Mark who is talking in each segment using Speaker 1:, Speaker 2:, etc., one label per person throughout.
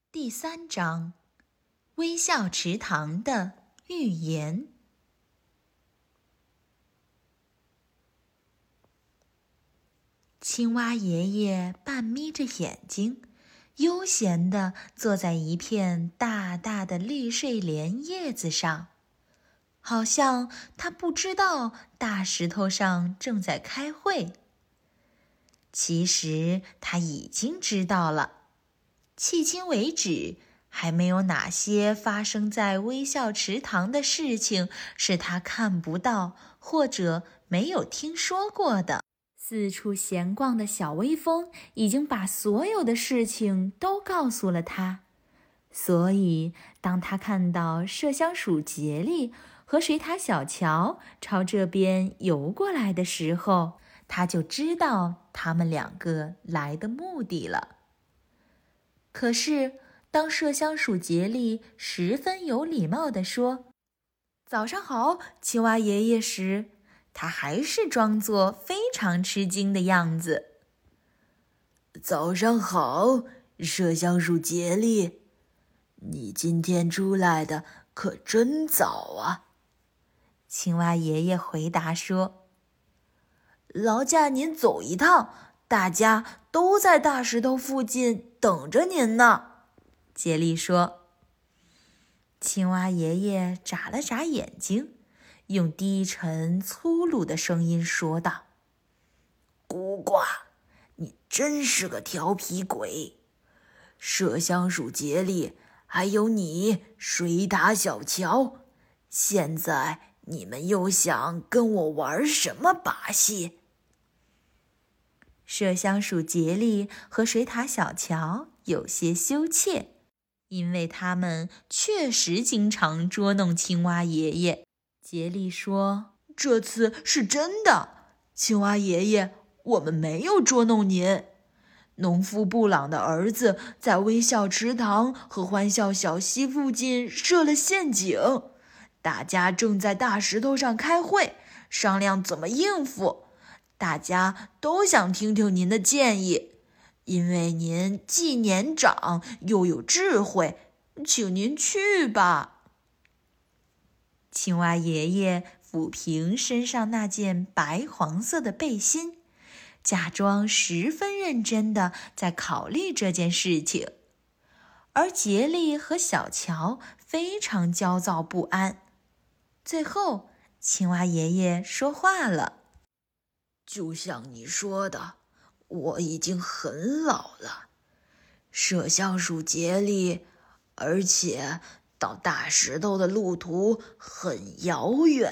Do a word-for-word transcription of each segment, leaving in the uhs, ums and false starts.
Speaker 1: 第三章，微笑池塘的寓言。青蛙爷爷半眯着眼睛，悠闲地坐在一片大大的绿睡莲叶子上，好像他不知道大石头上正在开会。其实他已经知道了，迄今为止，还没有哪些发生在微笑池塘的事情是他看不到或者没有听说过的。四处闲逛的小微风已经把所有的事情都告诉了他，所以当他看到麝香鼠杰利和水獭小乔朝这边游过来的时候，他就知道他们两个来的目的了。可是当麝香鼠杰利十分有礼貌地说早上好青蛙爷爷时，他还是装作非常吃惊的样子。
Speaker 2: 早上好，麝香鼠杰利，你今天出来的可真早啊。
Speaker 1: 青蛙爷爷回答说，
Speaker 2: 劳驾您走一趟，大家都在大石头附近等着您呢。
Speaker 1: 杰利说。青蛙爷爷眨了眨眼睛，用低沉粗鲁的声音说道，
Speaker 2: 孤寡，你真是个调皮鬼。麝香鼠杰利，还有你水獭小乔，现在你们又想跟我玩什么把戏？
Speaker 1: 麝香鼠杰利和水獭小乔有些羞怯，因为他们确实经常捉弄青蛙爷爷。杰利说，
Speaker 2: 这次是真的，青蛙爷爷，我们没有捉弄您。农夫布朗的儿子在微笑池塘和欢笑小溪附近设了陷阱，大家正在大石头上开会，商量怎么应付。大家都想听听您的建议，因为您既年长又有智慧，请您去吧。
Speaker 1: 青蛙爷爷抚平身上那件白黄色的背心，假装十分认真地在考虑这件事情，而杰利和小乔非常焦躁不安。最后，青蛙爷爷说话了，
Speaker 2: 就像你说的，我已经很老了，麝香鼠杰利，而且到大石头的路途很遥远。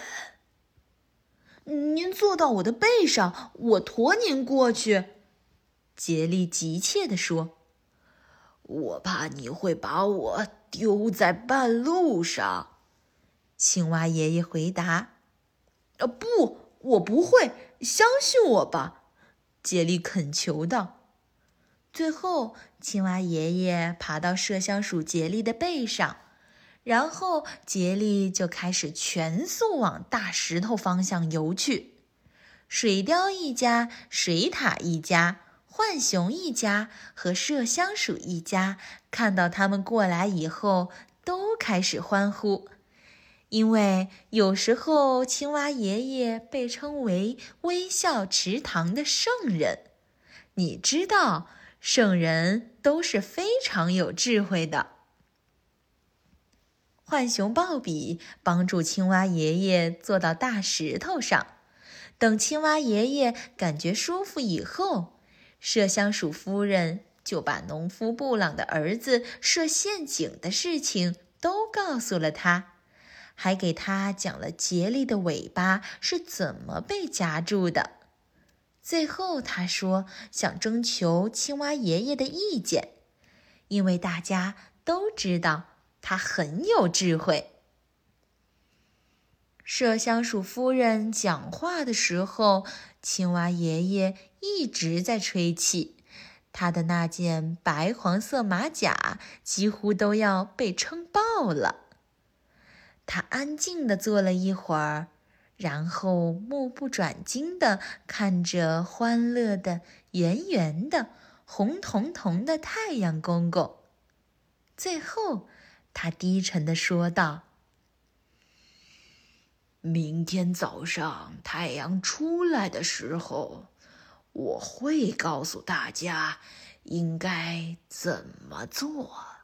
Speaker 2: 您坐到我的背上，我驮您过去。
Speaker 1: 杰利急切地说，
Speaker 2: 我怕你会把我丢在半路上。
Speaker 1: 青蛙爷爷回答，
Speaker 2: 呃，不，我不会，相信我吧。杰利恳求道。
Speaker 1: 最后，青蛙爷爷爬到麝香鼠杰利的背上，然后杰利就开始全速往大石头方向游去。水貂一家、水獭一家、浣熊一家和麝香鼠一家看到他们过来以后，都开始欢呼。因为有时候青蛙爷爷被称为微笑池塘的圣人，你知道圣人都是非常有智慧的。浣熊鲍比帮助青蛙爷爷坐到大石头上，等青蛙爷爷感觉舒服以后，麝香鼠夫人就把农夫布朗的儿子设陷阱的事情都告诉了他，还给他讲了杰利的尾巴是怎么被夹住的。最后他说想征求青蛙爷爷的意见，因为大家都知道他很有智慧。麝香鼠夫人讲话的时候，青蛙爷爷一直在吹气，他的那件白黄色马甲几乎都要被撑爆了。他安静地坐了一会儿，然后目不转睛地看着欢乐的、圆圆的、红彤彤的太阳公公。 最后，他低沉地说道：“
Speaker 2: 明天早上太阳出来的时候，我会告诉大家应该怎么做。”